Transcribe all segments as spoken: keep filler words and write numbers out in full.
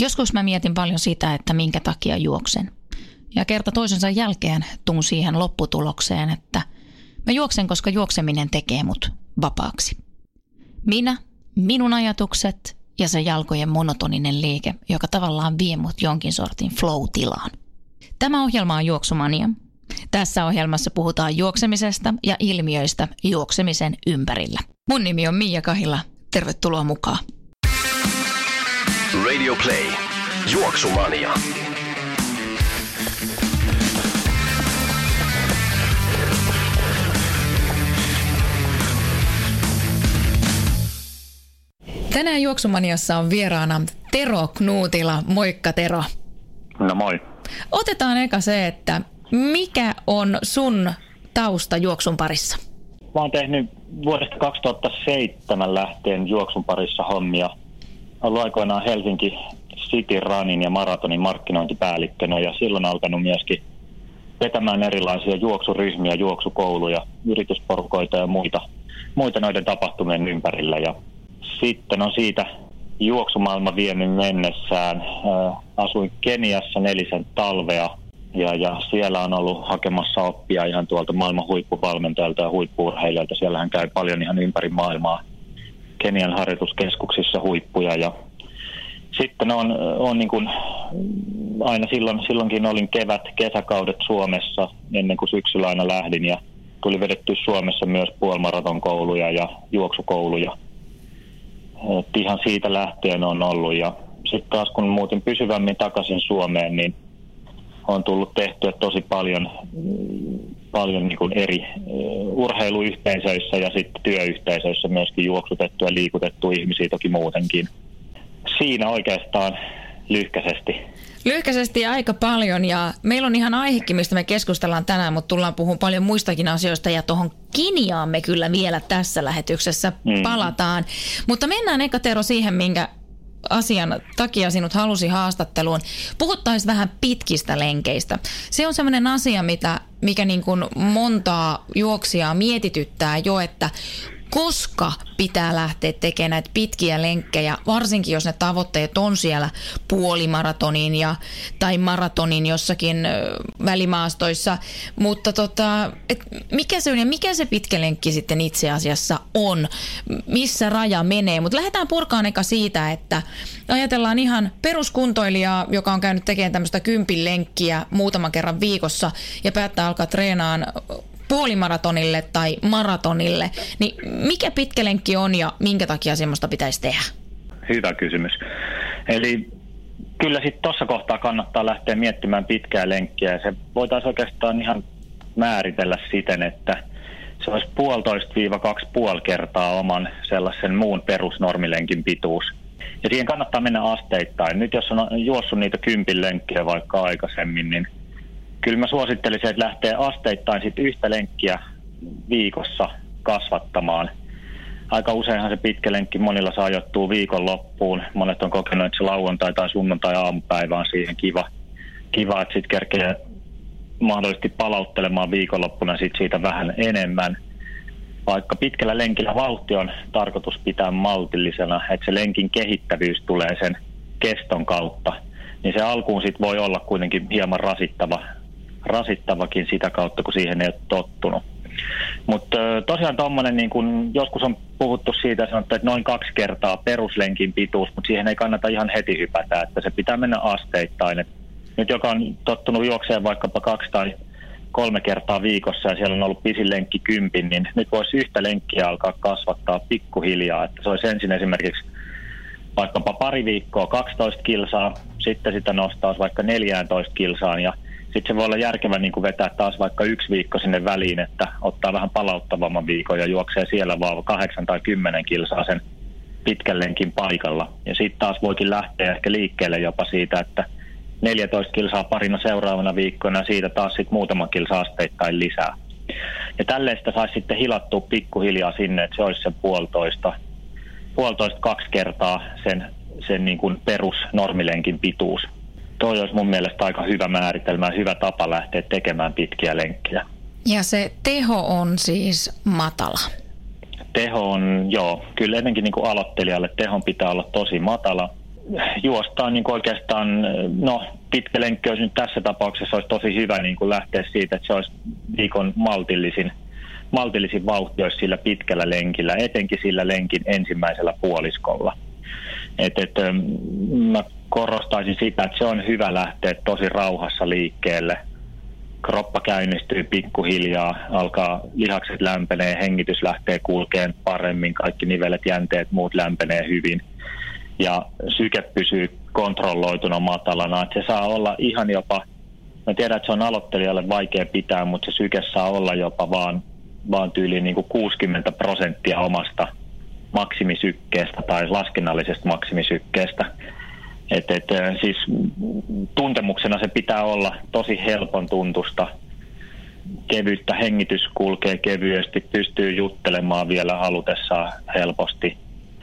Joskus mä mietin paljon sitä, että minkä takia juoksen. Ja kerta toisensa jälkeen tuun siihen lopputulokseen, että mä juoksen, koska juokseminen tekee mut vapaaksi. Minä, minun ajatukset ja se jalkojen monotoninen liike, joka tavallaan vie mut jonkin sortin flow-tilaan. Tämä ohjelma on Juoksumania. Tässä ohjelmassa puhutaan juoksemisesta ja ilmiöistä juoksemisen ympärillä. Mun nimi on Miia Kahila. Tervetuloa mukaan. Radio Play. Juoksumania. Tänään Juoksumaniassa on vieraana Tero Knuutila. Moikka Tero. No moi. Otetaan eka se, että mikä on sun tausta juoksun parissa? Mä oon tehnyt vuodesta kaksituhattaseitsemän lähtien juoksun parissa hommia. Ollut aikoinaan Helsinki City Runin ja maratonin markkinointipäällikkönä ja silloin alkanut myöskin vetämään erilaisia juoksuryhmiä, juoksukouluja, yritysporukoita ja muita, muita noiden tapahtumien ympärillä. Ja sitten on siitä juoksumaailma vienyt mennessään. Asuin Keniassa nelisen talvea ja, ja siellä on ollut hakemassa oppia ihan tuolta maailman huippuvalmentajalta ja huippu-urheilijalta. Siellähän käy paljon ihan ympäri maailmaa Kenian harjoituskeskuksissa huippuja. Ja sitten on, on niin kuin aina silloin, silloinkin olin kevät, kesäkaudet Suomessa ennen kuin syksyllä aina lähdin ja tuli vedetty Suomessa myös puolimaratonkouluja ja juoksukouluja. Et ihan siitä lähtien on ollut ja sitten taas kun muutin pysyvämmin takaisin Suomeen, niin on tullut tehtyä tosi paljon, paljon niin kuin eri urheiluyhteisöissä ja sitten työyhteisöissä myöskin juoksutettu ja liikutettu ihmisiä toki muutenkin. Siinä oikeastaan lyhkäisesti. Lyhkäisesti aika paljon ja meillä on ihan aihekin, mistä me keskustellaan tänään, mutta tullaan puhumaan paljon muistakin asioista ja tuohon Keniaan me kyllä vielä tässä lähetyksessä mm. palataan. Mutta mennään eka Tero siihen, minkä asian takia sinut halusi haastatteluun. Puhuttaisiin vähän pitkistä lenkeistä. Se on sellainen asia, mitä, mikä niin kuin montaa juoksijaa mietityttää jo, että koska pitää lähteä tekemään näitä pitkiä lenkkejä, varsinkin jos ne tavoitteet on siellä puolimaratonin ja, tai maratonin jossakin ö, välimaastoissa. Mutta tota, et mikä se on ja mikä se pitkä lenkki sitten itse asiassa on? Missä raja menee? Mutta lähdetään purkaan eka siitä, että ajatellaan ihan peruskuntoilijaa, joka on käynyt tekemään tämmöistä kympin lenkkiä muutaman kerran viikossa ja päättää alkaa treenaan puolimaratonille tai maratonille, niin mikä pitkä lenkki on ja minkä takia semmoista pitäisi tehdä? Hyvä kysymys. Eli kyllä sitten tuossa kohtaa kannattaa lähteä miettimään pitkää lenkkiä ja se voitaisiin oikeastaan ihan määritellä siten, että se olisi puolitoista viiva kaksi puoli kertaa oman sellaisen muun perusnormilenkin pituus. Ja siihen kannattaa mennä asteittain. Nyt jos on juossut niitä kympin lenkkiä vaikka aikaisemmin, niin kyllä mä suosittelisin, että lähtee asteittain sit yhtä lenkkiä viikossa kasvattamaan. Aika useinhan se pitkä lenkki monilla saa ajoittua viikonloppuun. Monet on kokenut, että se lauantai tai sunnuntai aamupäivä on siihen kiva, kiva että sitten kerkee mahdollisesti palauttelemaan viikonloppuna sit siitä vähän enemmän. Vaikka pitkällä lenkillä vauhti on tarkoitus pitää maltillisena, että se lenkin kehittävyys tulee sen keston kautta, niin se alkuun sit voi olla kuitenkin hieman rasittava. rasittavakin sitä kautta, kun siihen ei ole tottunut. Mutta tosiaan tuommoinen, niin kun joskus on puhuttu siitä, sanottu, että noin kaksi kertaa peruslenkin pituus, mutta siihen ei kannata ihan heti hypätä, että se pitää mennä asteittain. Et nyt joka on tottunut juokseen vaikkapa kaksi tai kolme kertaa viikossa ja siellä on ollut pisin lenkki kympin, niin nyt voisi yhtä lenkkiä alkaa kasvattaa pikkuhiljaa. Että se olisi ensin esimerkiksi vaikkapa pari viikkoa kaksitoista kilsaa, sitten sitä nostaisi vaikka neljätoista kilsaan ja sitten se voi olla järkevä niin kuin vetää taas vaikka yksi viikko sinne väliin, että ottaa vähän palauttavamman viikon ja juoksee siellä vaan kahdeksan tai kymmenen kilsaa sen pitkän lenkin paikalla. Ja sitten taas voikin lähteä ehkä liikkeelle jopa siitä, että neljätoista kilsaa parina seuraavana viikkoina ja siitä taas sitten muutama kilsa asteittain lisää. Ja tälleen sitä saisi sitten hilattua pikkuhiljaa sinne, että se olisi se puolitoista, puolitoista kaksi kertaa sen, sen niin kuin perusnormilenkin pituus. Toi olisi mun mielestä aika hyvä määritelmä ja hyvä tapa lähteä tekemään pitkiä lenkkejä. Ja se teho on siis matala? Teho on, joo, kyllä ennenkin niin kuin aloittelijalle tehon pitää olla tosi matala. juostaan niin oikeastaan, no pitkä lenkki olisi nyt tässä tapauksessa olisi tosi hyvä niin kuin lähteä siitä, että se olisi viikon maltillisin, maltillisin vauhti olisi sillä pitkällä lenkillä, etenkin sillä lenkin ensimmäisellä puoliskolla. Et, et, mä korostaisin sitä, että se on hyvä lähteä tosi rauhassa liikkeelle. Kroppa käynnistyy pikkuhiljaa, alkaa lihakset lämpenee, hengitys lähtee kulkeen paremmin, kaikki nivelet, jänteet, muut lämpenee hyvin. Ja syke pysyy kontrolloituna matalana. Että se saa olla ihan jopa, mä tiedän, että se on aloittelijalle vaikea pitää, mutta se syke saa olla jopa vaan, vaan tyyliin niin kuin kuusikymmentä prosenttia omasta maksimisykkeestä tai laskennallisesta maksimisykkeestä. Et, et, siis tuntemuksena se pitää olla tosi helpon tuntusta, kevyttä, hengitys kulkee kevyesti, pystyy juttelemaan vielä halutessaan helposti.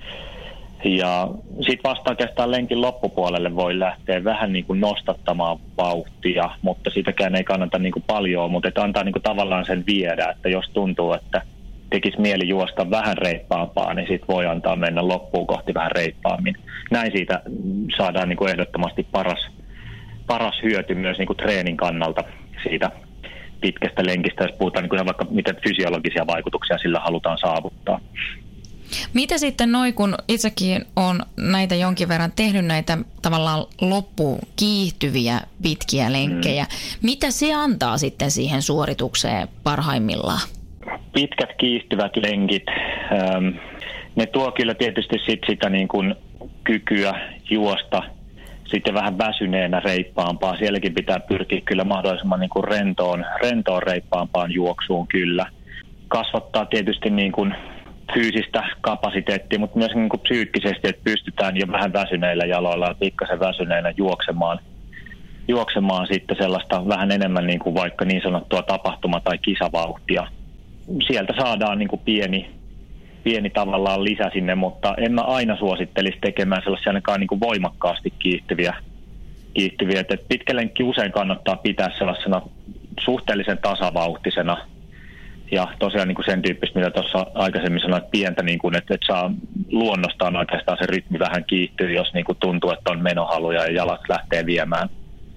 Ja sitten vasta oikeastaan lenkin loppupuolelle voi lähteä vähän niin kuin nostattamaan vauhtia, mutta sitäkään ei kannata niin kuin paljon, mutta että antaa niin kuin tavallaan sen viedä, että jos tuntuu, että tekisi mieli juosta vähän reippaampaa, niin sitten voi antaa mennä loppuun kohti vähän reippaammin. Näin siitä saadaan niin kuin ehdottomasti paras, paras hyöty myös niin kuin treenin kannalta siitä pitkästä lenkistä, jos puhutaan niin kuin vaikka miten fysiologisia vaikutuksia sillä halutaan saavuttaa. Mitä sitten noin, kun itsekin on näitä jonkin verran tehnyt näitä tavallaan loppuun kiihtyviä pitkiä lenkkejä, mm. mitä se antaa sitten siihen suoritukseen parhaimmillaan? Pitkät kiihtyvät lenkit, ähm, ne tuo kyllä tietysti sit sitä niin kuin kykyä juosta sitten vähän väsyneenä reippaampaa. Sielläkin pitää pyrkiä kyllä mahdollisimman niin kuin rentoon, rentoon reippaampaan juoksuun kyllä. Kasvattaa tietysti niin kuin fyysistä kapasiteettia, mutta myös niin kuin psyykkisesti, että pystytään jo vähän väsyneillä jaloilla ja pikkasen väsyneenä juoksemaan, juoksemaan sitten sellaista vähän enemmän niin kuin vaikka niin sanottua tapahtuma- tai kisavauhtia. Sieltä saadaan niin kuin pieni, pieni tavallaan lisä sinne, mutta en mä aina suosittelisi tekemään sellaisia ainakaan niin kuin voimakkaasti kiihtyviä. kiihtyviä. Et pitkä lenkki usein kannattaa pitää sellaisena suhteellisen tasavauhtisena. Ja tosiaan niin kuin sen tyyppistä, mitä tuossa aikaisemmin sanoin, että pientä, niin kuin, että, että saa luonnostaan oikeastaan se rytmi vähän kiihtyä, jos niin kuin tuntuu, että on menohaluja ja jalat lähtee viemään.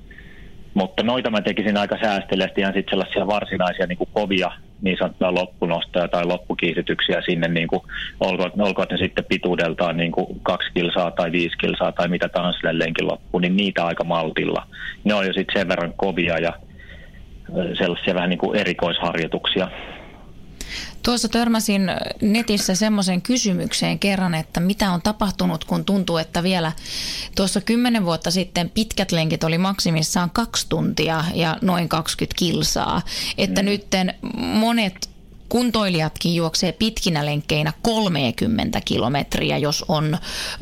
Mutta noita mä tekisin aika säästeliästi ihan sitten sellaisia varsinaisia niin kuin kovia niin sanottuja loppunostoja tai loppukiihdytyksiä sinne, niin kuin, olkoot, olkoot ne sitten pituudeltaan niin kuin kaksi kilsaa tai viisi kilsaa tai mitä tahansa sille lenkin loppuun, niin niitä aika maltilla. Ne on jo sitten sen verran kovia ja sellaisia vähän niin kuin erikoisharjoituksia. Tuossa törmäsin netissä semmoisen kysymykseen kerran, että mitä on tapahtunut, kun tuntuu, että vielä tuossa kymmenen vuotta sitten pitkät lenkit oli maksimissaan kaksi tuntia ja noin kaksikymmentä kilsaa. Että mm. nytten monet kuntoilijatkin juoksee pitkinä lenkkeinä kolmekymmentä kilometriä, jos on ö,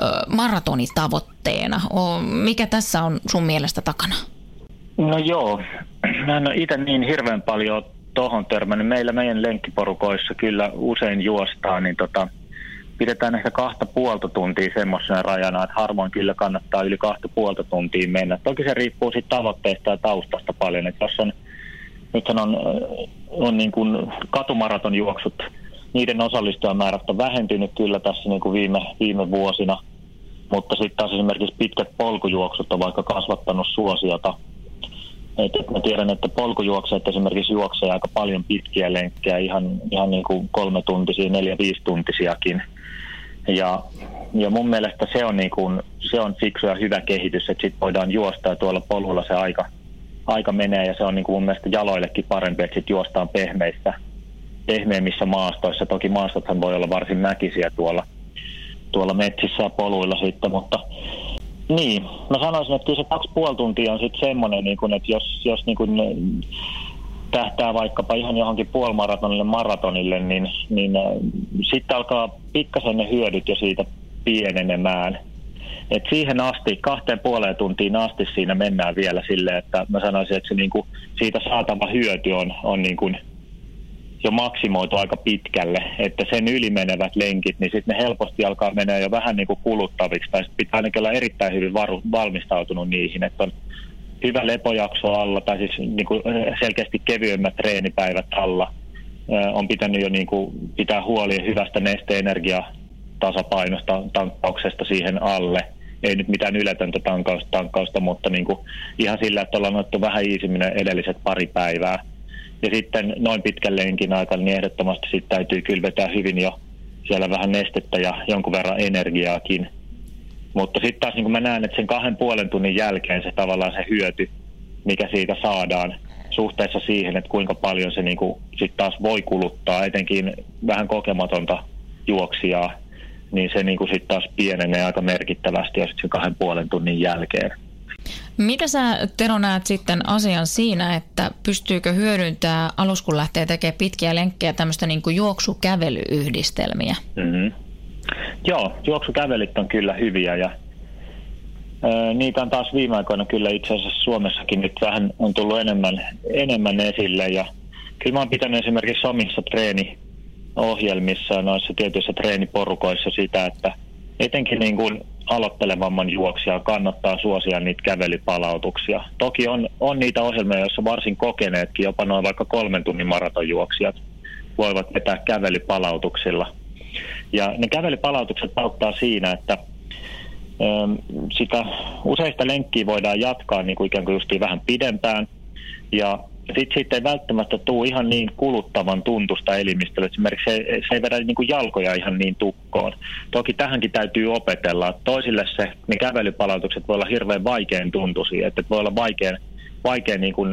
maratonitavoitteena. O, mikä tässä on sun mielestä takana? No joo, mä en ole itse niin hirveän paljon tuohon törmännyt. Meillä meidän lenkkiporukoissa kyllä usein juostaa, niin tota, pidetään ehkä kahta puolta tuntia semmoisena rajana, että harvoin kyllä kannattaa yli kahta puolta tuntia mennä. Toki se riippuu siitä tavoitteesta ja taustasta paljon, että jos on, nythän on, on niin kuin katumaratonjuoksut, niiden osallistujamäärät on vähentynyt kyllä tässä niin kuin viime, viime vuosina, mutta sitten taas esimerkiksi pitkät polkujuoksut on vaikka kasvattanut suosiota. Et mä tiedän, että polkujuoksijat esimerkiksi juoksee aika paljon pitkiä lenkkejä, ihan, ihan niin kuin kolme tuntisia, neljä, viisi tuntisiakin. Ja, ja mun mielestä se on, niin kuin, se on fiksu ja hyvä kehitys, että sit voidaan juosta ja tuolla polulla se aika, aika menee ja se on niin kuin mun mielestä jaloillekin parempi, että sit juostaan pehmeissä, pehmeimmissä maastoissa. Toki maastothan voi olla varsin mäkisiä tuolla, tuolla metsissä ja poluilla sitten, mutta niin, mä sanoisin, että kyllä se kaksi puoli tuntia on sitten semmoinen, niin kun, että jos, jos niin kun tähtää vaikkapa ihan johonkin puolimaratonille, maratonille, niin, niin sitten alkaa pikkasen ne hyödyt jo siitä pienenemään. Et siihen asti, kahteen puoleen tuntiin asti siinä mennään vielä silleen, että mä sanoisin, että se niin kun, siitä saatava hyöty on, on niin kun jo maksimoitu aika pitkälle, että sen ylimenevät lenkit, niin sitten ne helposti alkaa mennä jo vähän niin kuin kuluttaviksi, tai pitää ainakin olla erittäin hyvin varu, valmistautunut niihin, että on hyvä lepojakso alla, tai siis niin kuin selkeästi kevyemmät treenipäivät alla, on pitänyt jo niin kuin pitää huoli hyvästä neste-energiatasapainosta, tankkauksesta siihen alle, ei nyt mitään yletöntä tankkausta, tankkausta mutta niin kuin ihan sillä, että ollaan otettu vähän iisimmin edelliset pari päivää. Ja sitten noin pitkän lenkin aikana niin ehdottomasti sitten täytyy kyllä vetää hyvin jo siellä vähän nestettä ja jonkun verran energiaakin. Mutta sitten taas niin kuin mä näen, että sen kahden puolen tunnin jälkeen se tavallaan se hyöty, mikä siitä saadaan suhteessa siihen, että kuinka paljon se niin kuin sit taas voi kuluttaa, etenkin vähän kokematonta juoksijaa, niin se niin kuin sit taas pienenee aika merkittävästi jo sit sen kahden puolen tunnin jälkeen. Mitä sä, Tero, näet sitten asian siinä, että pystyykö hyödyntämään alus, kun lähtee tekemään pitkiä lenkkejä, tämmöistä niin kuin juoksukävelyyhdistelmiä? Mm-hmm. Joo, juoksukävelit on kyllä hyviä ja ö, niitä on taas viime aikoina kyllä itse asiassa Suomessakin nyt vähän on tullut enemmän, enemmän esille ja kyllä mä oon pitänyt esimerkiksi omissa treeniohjelmissa ja noissa tietyissä treeniporukoissa sitä, että etenkin niin kuin aloittelevamman juoksijan kannattaa suosia niitä kävelypalautuksia. Toki on, on niitä ohjelmia, joissa varsin kokeneetkin, jopa noin vaikka kolmen tunnin maratonjuoksijat voivat vetää kävelypalautuksilla. Ja ne kävelypalautukset auttaa siinä, että ö, sitä useista lenkkiä voidaan jatkaa niin kuin ikään kuin justiin vähän pidempään. Ja sitten siitä ei välttämättä tule ihan niin kuluttavan tuntusta elimistölle. Esimerkiksi se, se ei vedä niin kuin jalkoja ihan niin tukkoon. Toki tähänkin täytyy opetella. Toisille se, ne kävelypalautukset voi olla hirveän vaikean tuntuisia. Että voi olla vaikea, vaikea niin kuin,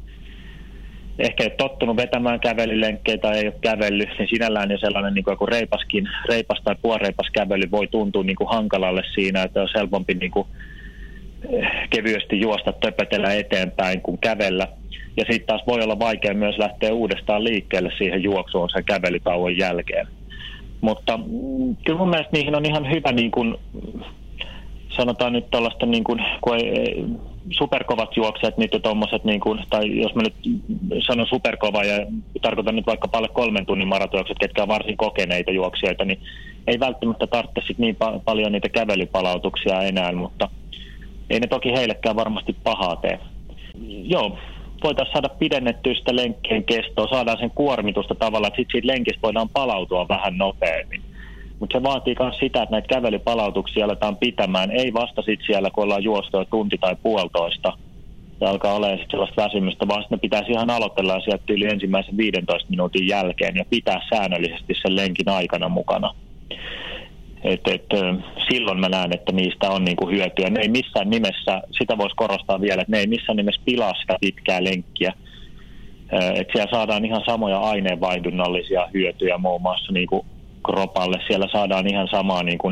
ehkä ei ole tottunut vetämään kävelylenkkejä tai ei ole kävellyt, niin sinällään jo sellainen niin kuin joku reipaskin, reipas tai puolireipas kävely voi tuntua niin kuin hankalalle siinä, että on helpompi niin kuin kevyesti juosta, töpötellä eteenpäin kuin kävellä. Ja sitten taas voi olla vaikea myös lähteä uudestaan liikkeelle siihen juoksuun sen kävelytauon jälkeen. Mutta mm, kyllä mun mielestä niihin on ihan hyvä, niin kuin, sanotaan nyt tällaista, niin kuin, kun ei, ei, superkovat juoksijat, niitä tommoset, niin kuin, tai jos mä nyt sanon superkova ja tarkoitan nyt vaikka paljon kolmen tunnin maratonjuoksijat, ketkä on varsin kokeneita juoksijoita, niin ei välttämättä tarvitse sit niin pa- paljon niitä kävelypalautuksia enää, mutta ei ne toki heillekään varmasti pahaa tee. Joo. Voitaisiin saada pidennettyä sitä lenkkien kestoa, saadaan sen kuormitusta tavallaan, että sitten siitä lenkistä voidaan palautua vähän nopeammin. Mutta se vaatii myös sitä, että näitä kävelypalautuksia aletaan pitämään, ei vasta sitten siellä, kun ollaan juostua tunti tai puolitoista, ja alkaa olemaan sitten sellaista väsymystä, vaan sitten ne pitäisi ihan aloitella sieltä yli ensimmäisen viidentoista minuutin jälkeen ja pitää säännöllisesti sen lenkin aikana mukana. Et, et, silloin mä näen, että niistä on niinku hyötyä. Ne ei missään nimessä, sitä voisi korostaa vielä, että ne ei missään nimessä pilaa sitä pitkää lenkkiä. Et siellä saadaan ihan samoja aineenvaihdunnallisia hyötyjä muun muassa niinku kropalle. Siellä saadaan ihan samaa niinku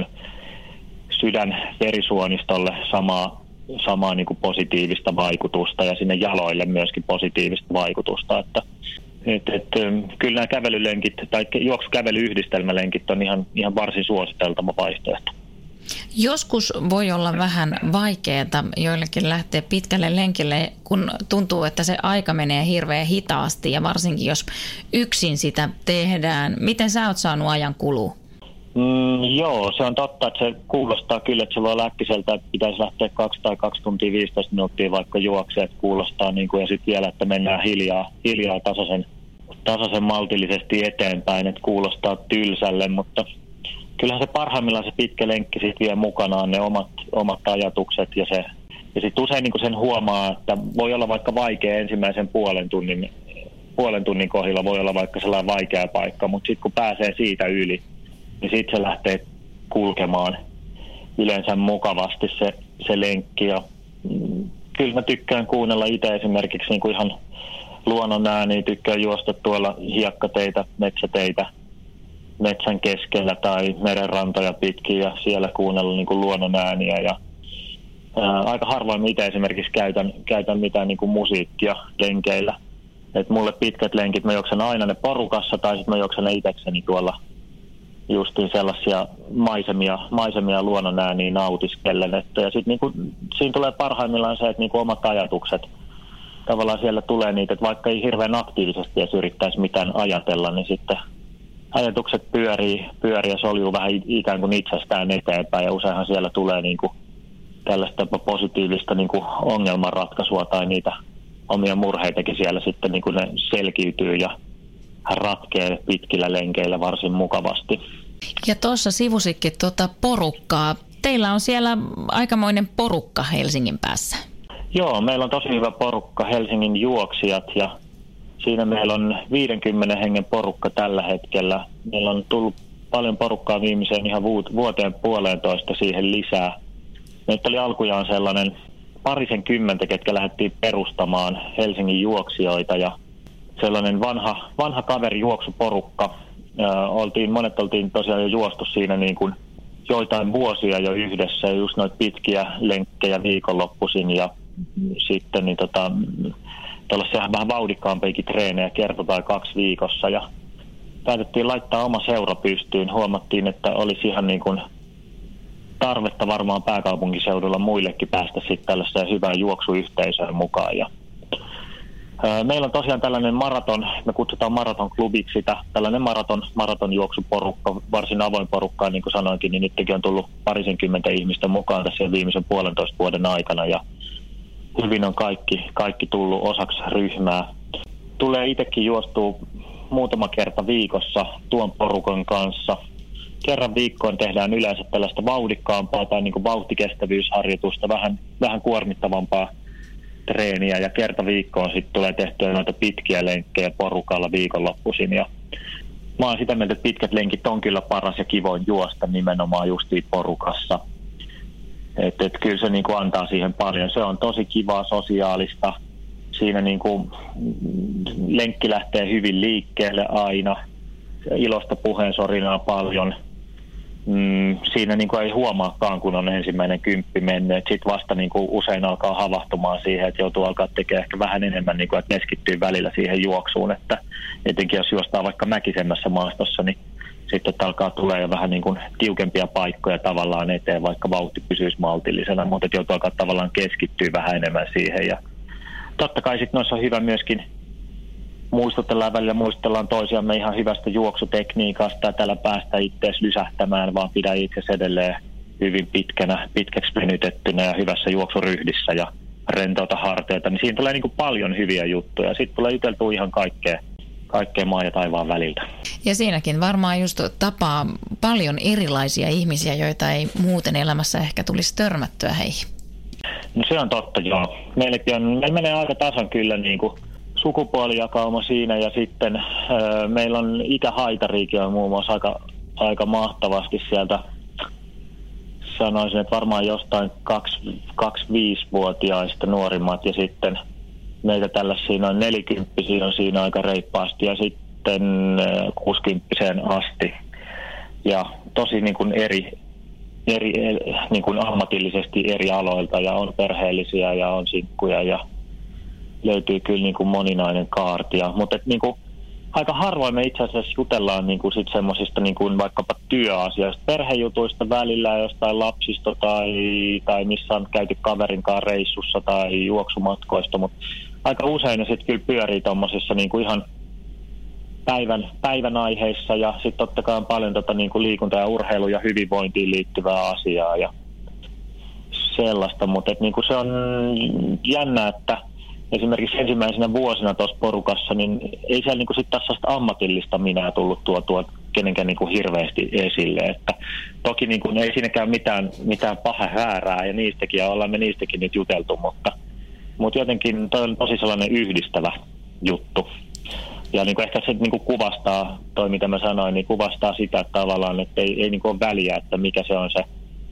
sydän-verisuonistolle samaa, samaa niinku positiivista vaikutusta ja sinne jaloille myöskin positiivista vaikutusta. Että Et, et, kyllä nämä kävelylenkit tai juoksukävelyyhdistelmälenkit on ihan, ihan varsin suositeltava vaihtoehto. Joskus voi olla vähän vaikeaa joillekin lähteä pitkälle lenkille, kun tuntuu, että se aika menee hirveän hitaasti ja varsinkin jos yksin sitä tehdään. Miten sä oot saanut ajan kulua? Mm, joo, se on totta, että se kuulostaa kyllä, että se voi olla äkkiseltä, että pitäisi lähteä kaksi tai kaksi tuntia viisitoista minuuttia vaikka juoksee, että kuulostaa niin kuin, ja sitten vielä, että mennään hiljaa, hiljaa tasaisen, tasaisen maltillisesti eteenpäin, että kuulostaa tylsälle, mutta kyllähän se parhaimmillaan se pitkä lenkki sitten vie mukanaan ne omat, omat ajatukset ja se, ja sitten usein niin kuin sen huomaa, että voi olla vaikka vaikea ensimmäisen puolen tunnin, puolen tunnin kohdilla voi olla vaikka sellainen vaikea paikka, mutta sitten kun pääsee siitä yli, niin sitten se lähtee kulkemaan yleensä mukavasti se, se lenkki. Ja, mm, kyllä mä tykkään kuunnella itse esimerkiksi niin kuin ihan luonnon ääniä, tykkään juosta tuolla hiekkateitä, metsäteitä metsän keskellä tai merenrantoja pitkin ja siellä kuunnella niin kuin luonnon ääniä. Ja, ää, aika harvoin mä itse esimerkiksi käytän, käytän mitään niin kuin musiikkia lenkeillä. Et mulle pitkät lenkit, mä juoksen aina ne porukassa tai sitten mä juoksen ne itsekseni tuolla justiin sellaisia maisemia, maisemia luonnon ääniä nautiskellen. Että, ja sitten niinku, siinä tulee parhaimmillaan se, että niinku omat ajatukset, tavallaan siellä tulee niitä, että vaikka ei hirveän aktiivisesti edes yrittäisi mitään ajatella, niin sitten ajatukset pyörii, pyörii ja soljuu vähän ikään kuin itsestään eteenpäin. Ja useinhan siellä tulee niinku tällaista positiivista niinku ongelmanratkaisua tai niitä omia murheitakin siellä sitten niinku ne selkiytyy ja ratkee pitkillä lenkeillä varsin mukavasti. Ja tuossa sivusikin tuota porukkaa. teillä on siellä aikamoinen porukka Helsingin päässä. Joo, meillä on tosi hyvä porukka Helsingin juoksijat ja siinä meillä on viidenkymmenen hengen porukka tällä hetkellä. Meillä on tullut paljon porukkaa viimeiseen ihan vuoteen puolentoista siihen lisää. Meitä oli alkujaan sellainen parisen kymmentä, ketkä lähdettiin perustamaan Helsingin juoksijoita ja sellainen vanha, vanha kaverijuoksuporukka. Ää, oltiin, monet oltiin tosiaan jo juostu siinä niin kuin joitain vuosia jo yhdessä, just noita pitkiä lenkkejä viikonloppuisin ja sitten niin tota, tuollaisia vähän vauhdikkaampiakin treenejä kerta tai kaksi viikossa ja päätettiin laittaa oma seura pystyyn. Huomattiin, että olisi ihan niin kuin tarvetta varmaan pääkaupunkiseudulla muillekin päästä sitten tällaiseen hyvään juoksuyhteisöön mukaan. Ja, ää, meillä on tosiaan tällainen maraton, me kutsutaan maratonklubiksi sitä, tällainen maraton, maratonjuoksuporukka, varsin avoin porukka, niin kuin sanoinkin, niin nytkin on tullut parisenkymmentä ihmistä mukaan tässä viimeisen puolentoista vuoden aikana ja hyvin on kaikki, kaikki tullut osaksi ryhmää. Tulee itsekin juostua muutama kerta viikossa tuon porukan kanssa. Kerran viikkoon tehdään yleensä tällaista vauhdikkaampaa tai niin kuin vauhtikestävyysharjoitusta, vähän, vähän kuormittavampaa treeniä ja kerta viikkoon sitten tulee tehtyä noita pitkiä lenkkejä porukalla viikonloppuisin. Ja mä oon sitä mieltä, että pitkät lenkit on kyllä paras ja kivoin juosta nimenomaan justiin porukassa. Että et kyllä se niin kuin antaa siihen paljon. Se on tosi kivaa sosiaalista. Siinä niin kuin lenkki lähtee hyvin liikkeelle aina. Ilosta puheen sorinaa paljon. Mm, siinä niin kuin ei huomaakaan, kun on ensimmäinen kymppi mennyt. Sitten vasta niin kuin usein alkaa havahtumaan siihen, että joutuu alkaa tekemään ehkä vähän enemmän, niin kuin, että keskittyy välillä siihen juoksuun. Että etenkin jos juostaa vaikka mäkisemmässä maastossa, niin sitten alkaa tulee jo vähän niin kuin tiukempia paikkoja tavallaan eteen, vaikka vauhti pysyisi maltillisena, mutta joutuu alkaa tavallaan keskittyä vähän enemmän siihen. Ja totta kai sitten noissa on hyvä myöskin muistutellaan välillä, muistellaan toisiamme ihan hyvästä juoksutekniikasta, että täällä päästä itseäsi lysähtämään, vaan pidä itse edelleen hyvin pitkänä, pitkäksi venytettynä ja hyvässä juoksuryhdissä ja rentouta harteita, niin siinä tulee niin kuin paljon hyviä juttuja. Sitten tulee juteltua ihan kaikkea, kaikkea maa ja taivaan väliltä. Ja siinäkin varmaan just tapaa paljon erilaisia ihmisiä, joita ei muuten elämässä ehkä tulisi törmättyä heihin. No se on totta, joo. Meilläkin on, meillä menee aika tasan kyllä niin kuin sukupuolijakauma siinä ja sitten öö, meillä on ikähaitariikin on muun muassa aika, aika mahtavasti sieltä. Sanoisin, että varmaan jostain kaksikymmentäviisivuotiaista nuorimmat ja sitten meitä tällaisia noin nelikymppisiä on siinä aika reippaasti ja sitten kuusikymppiseen asti. Ja tosi niin kuin eri, eri niin kuin ammatillisesti eri aloilta ja on perheellisiä ja on sinkkuja ja löytyy kyllä niin kuin moninainen kaartia. Mutta niin kuin aika harvoin me itse asiassa jutellaan niin kuin sit semmoisista niin kuin vaikkapa työasioista, perhejutuista välillä, jostain lapsista tai, tai missä on käyty kaverinkaan reissussa tai juoksumatkoista, mutta aika usein ne sitten kyllä pyörii tuommoisissa niin kuin ihan päivän, päivän aiheissa ja sitten totta kai on paljon tota niin kuin liikunta- ja urheilu- ja hyvinvointiin liittyvää asiaa ja sellaista, mutta niin kuin se on jännä, että esimerkiksi ensimmäisenä vuosina tuossa porukassa, niin ei siellä niin sitten taas ammatillista minää tullut tuotua kenenkään niin kuin hirveästi esille. Että toki niin kuin, ei siinäkään mitään, mitään paha häärää ja niistäkin, ja ollaan me niistäkin nyt juteltu, mutta, mutta jotenkin toi on tosi sellainen yhdistävä juttu. Ja niin kuin ehkä se niin kuin kuvastaa, toi mitä mä sanoin, niin kuvastaa sitä että tavallaan, että ei, ei niin kuin ole väliä, että mikä se on se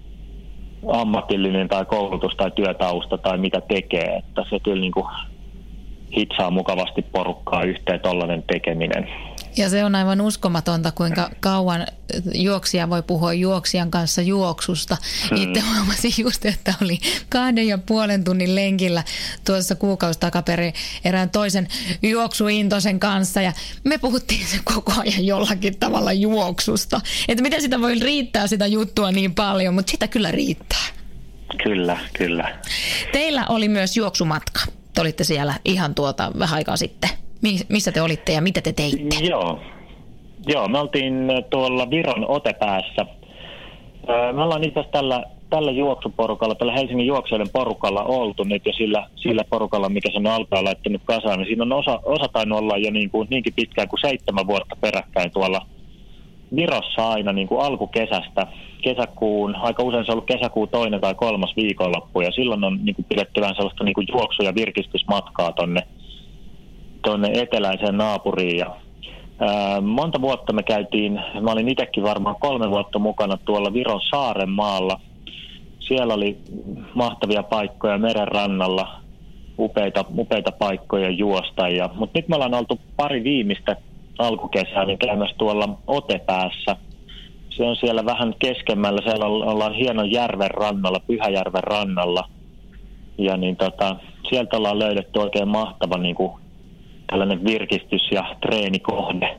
ammatillinen tai koulutus tai työtausta tai mitä tekee, että se kyllä niin kuin hitsaa mukavasti porukkaa yhteen tollainen tekeminen. Ja se on aivan uskomatonta, kuinka kauan juoksija voi puhua juoksijan kanssa juoksusta. Hmm. Itse huomasin just, että oli kahden ja puolen tunnin lenkillä tuossa kuukausi takaperin erään toisen juoksuintoisen kanssa. Ja me puhuttiin se koko ajan jollakin tavalla juoksusta. Että miten sitä voi riittää sitä juttua niin paljon, mutta sitä kyllä riittää. Kyllä, kyllä. Teillä oli myös juoksumatka. Te olitte siellä ihan tuota vähän aikaa sitten. Missä te olitte ja mitä te teitte? Joo, Joo me oltiin tuolla Viron Otepäässä. Me ollaan itse asiassa tällä, tällä juoksuporukalla, tällä Helsingin juoksijoiden porukalla oltu nyt jo sillä, sillä porukalla, mikä sen on alkaa laittanut kasaan. Niin siinä on osa, osa tainnut olla jo niin kuin, niinkin pitkään kuin seitsemän vuotta peräkkäin tuolla Virossa aina niin kuin alkukesästä, kesäkuun, aika usein se on ollut kesäkuun toinen tai kolmas viikonloppu, ja silloin on niin kuin pidetty vähän sellaista niin kuin juoksu- ja virkistysmatkaa tonne, tonne eteläiseen naapuriin. Ja, ää, monta vuotta me käytiin, mä olin itsekin varmaan kolme vuotta mukana tuolla Viron Saarenmaalla. Siellä oli mahtavia paikkoja meren rannalla, upeita, upeita paikkoja juosta. Ja, mutta nyt me ollaan oltu pari viimeistä alkukesää niin käymässä tuolla Otepäässä. Se on siellä vähän keskemmällä, siellä ollaan hienon järven rannalla, Pyhäjärven rannalla. Ja niin tota, sieltä ollaan löydetty oikein mahtava niin kuin tällainen virkistys- ja treenikohde.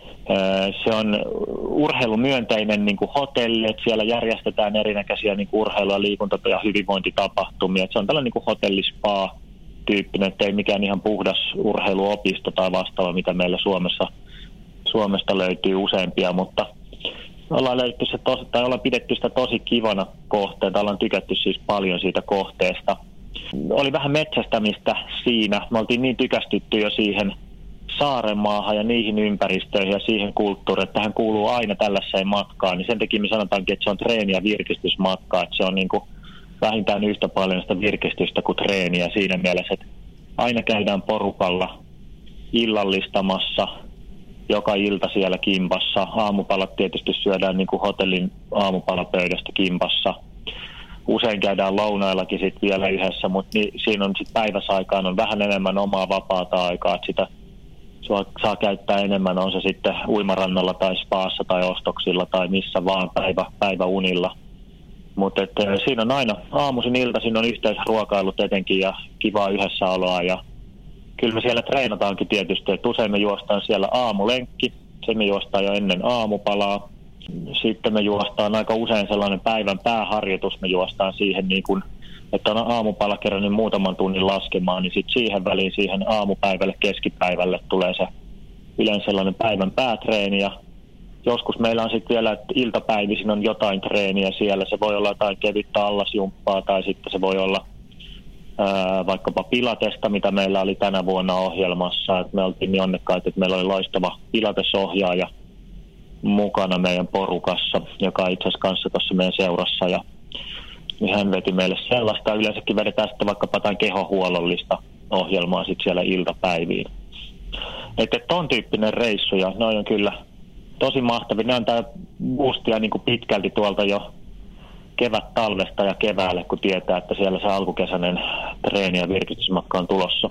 Se on urheilumyönteinen niin kuin hotelli, että siellä järjestetään erinäköisiä niin kuin urheilu- ja liikunta- ja hyvinvointitapahtumia. Että se on tällainen niin kuin hotellispa-tyyppinen, että ei mikään ihan puhdas urheiluopisto tai vastaava, mitä meillä Suomessa, Suomesta löytyy useampia, mutta ollaan löydetty se tosi, tai ollaan pidetty sitä tosi kivana kohteena, ollaan tykätty siis paljon siitä kohteesta. Oli vähän metsästämistä siinä, me oltiin niin tykästytty jo siihen Saarenmaahan ja niihin ympäristöihin ja siihen kulttuuriin, että tähän kuuluu aina tällaiseen matkaan, niin sen takia me sanotaankin, että se on treeni- ja virkistysmatka, että se on niin kuin vähintään yhtä paljon sitä virkistystä kuin treeniä siinä mielessä, että aina käydään porukalla illallistamassa joka ilta siellä kimpassa. Aamupalat tietysti syödään niin kuin hotellin aamupalapöydästä kimpassa. Usein käydään lounaillakin sit vielä yhdessä, mutta ni, siinä on sit päiväsaikaan on vähän enemmän omaa vapaata aikaa, että sitä saa käyttää enemmän, on se sitten uimarannalla tai spaassa tai ostoksilla tai missä vaan päivä, päiväunilla. Mutta siinä on aina aamuisin iltaisin on yhteisruokailut etenkin ja kivaa yhdessäoloa ja kyllä me siellä treenataankin tietysti, että usein me juostaan siellä aamulenkki, se me juostaan jo ennen aamupalaa. Sitten me juostaan aika usein sellainen päivän pääharjoitus, me juostaan siihen niin kuin, että on aamupala kerran niin muutaman tunnin laskemaan, niin sitten siihen väliin siihen aamupäivälle, keskipäivälle tulee se yleensä sellainen päivän päätreeni ja joskus meillä on sitten vielä, että iltapäivisin on jotain treeniä siellä, se voi olla jotain kevyttä allasjumppaa tai sitten se voi olla ää, vaikkapa pilatesta, mitä meillä oli tänä vuonna ohjelmassa, että me oltiin niin onnekkaita, että meillä oli loistava pilatesohjaaja mukana meidän porukassa, joka itse asiassa kanssa tuossa meidän seurassa ja niin hän veti meille sellaista. Yleensäkin vedetään sitten vaikkapa jotain kehohuollollista ohjelmaa sitten siellä iltapäiviin. Että ton tyyppinen reissu ja ne on kyllä tosi mahtavia. Ne antaa boostia niin kuin pitkälti tuolta jo kevät-talvesta ja keväälle, kun tietää, että siellä se alkukesäinen treeni- ja virkistysmatka on tulossa.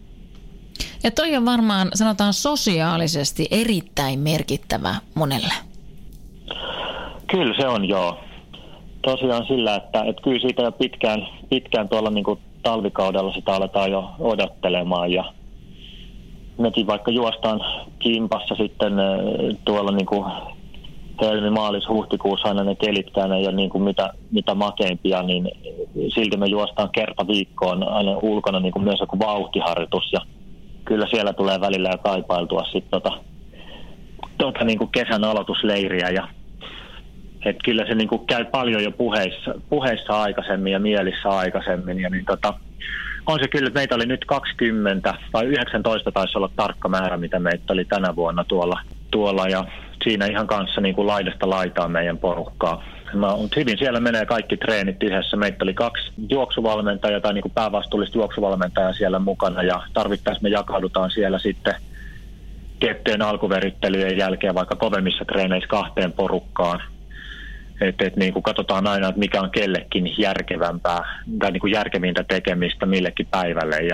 Ja toi on varmaan, sanotaan sosiaalisesti erittäin merkittävä monelle. Kyllä se on, joo. Tosiaan sillä, että, että kyllä siitä jo pitkään, pitkään tuolla niin kuin talvikaudella sitä aletaan jo odottelemaan ja mekin vaikka juostaan kimpassa sitten tuolla niin kuin helmi, maalis, huhtikuussa aina ne kelitkään ei ole niin kuin mitä, mitä makeimpia, niin silti me juostaan kerta viikkoon aina ulkona niin kuin myös joku vauhtiharjoitus ja kyllä siellä tulee välillä jo kaipailtua sitten tota, tota niin kuin kesän aloitusleiriä ja että kyllä se niin kuin käy paljon jo puheissa, puheissa aikaisemmin ja mielissä aikaisemmin ja niin tota, on se kyllä, että meitä oli nyt kaksikymmentä tai yhdeksäntoista taisi olla tarkka määrä, mitä meitä oli tänä vuonna tuolla, tuolla ja siinä ihan kanssa niin kuin laidasta laitaan meidän porukkaa. Mutta hyvin siellä menee kaikki treenit yhdessä. Meitä oli kaksi juoksuvalmentajaa tai niin kuin päävastuullista juoksuvalmentajaa siellä mukana ja tarvittaessa me jakaudutaan siellä sitten tiettyjen alkuverittelyjen jälkeen vaikka kovemmissa treeneissä kahteen porukkaan. Että et, niin kuin katsotaan aina, että mikä on kellekin järkevämpää tai niin kuin järkevintä tekemistä millekin päivälle. Ja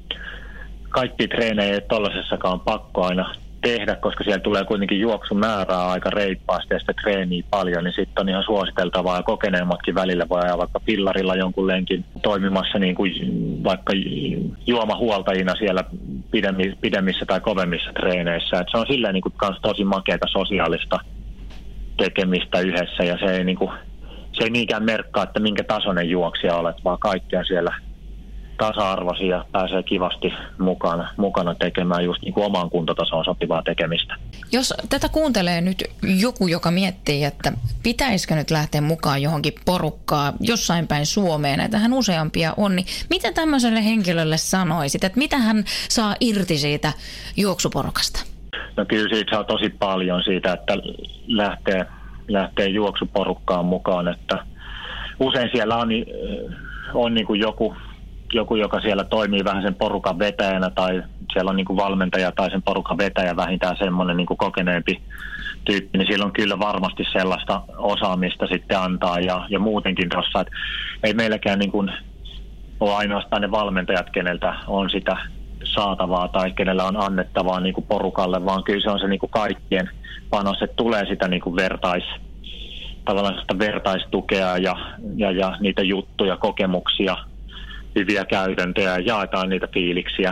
kaikki treenejä ei tuollaisessakaan pakko aina tehdä, koska siellä tulee kuitenkin juoksumäärää aika reippaasti ja sitä treeniä paljon, niin sitten on ihan suositeltavaa ja kokeneemmatkin välillä voi ajaa vaikka pillarilla jonkun lenkin toimimassa niin kuin vaikka juomahuoltajina siellä pidemmissä tai kovemmissa treeneissä. Et se on silleen niin kuin kans tosi makeata sosiaalista tekemistä yhdessä ja se ei, niin kuin, se ei niinkään merkkaa, että minkä tasoinen juoksija olet, vaan kaikkia siellä tasa-arvoisia pääsee kivasti mukana, mukana tekemään just niin kuin omaan kuntotasoon sopivaa tekemistä. Jos tätä kuuntelee nyt joku, joka miettii, että pitäisikö nyt lähteä mukaan johonkin porukkaan jossain päin Suomeen, näitähän useampia on, niin mitä tämmöiselle henkilölle sanoisit, että mitä hän saa irti siitä juoksuporukasta? No kyllä siitä saa tosi paljon siitä, että lähtee, lähtee juoksuporukkaan mukaan, että usein siellä on, on niin kuin joku, joku, joka siellä toimii vähän sen porukan vetäjänä tai siellä on niin kuin valmentaja tai sen porukan vetäjä vähintään semmoinen niin kuin kokeneempi tyyppi, niin silloin kyllä varmasti sellaista osaamista sitten antaa ja, ja muutenkin tuossa, että ei meilläkään niin kuin ole ainoastaan ne valmentajat, keneltä on sitä saatavaa tai kenellä on annettavaa niin kuin porukalle, vaan kyllä se on se niin kuin kaikkien panos, että tulee sitä niin kuin vertais, tavallaan sitä vertaistukea ja, ja, ja niitä juttuja, kokemuksia, hyviä käytäntöjä ja jaetaan niitä fiiliksiä.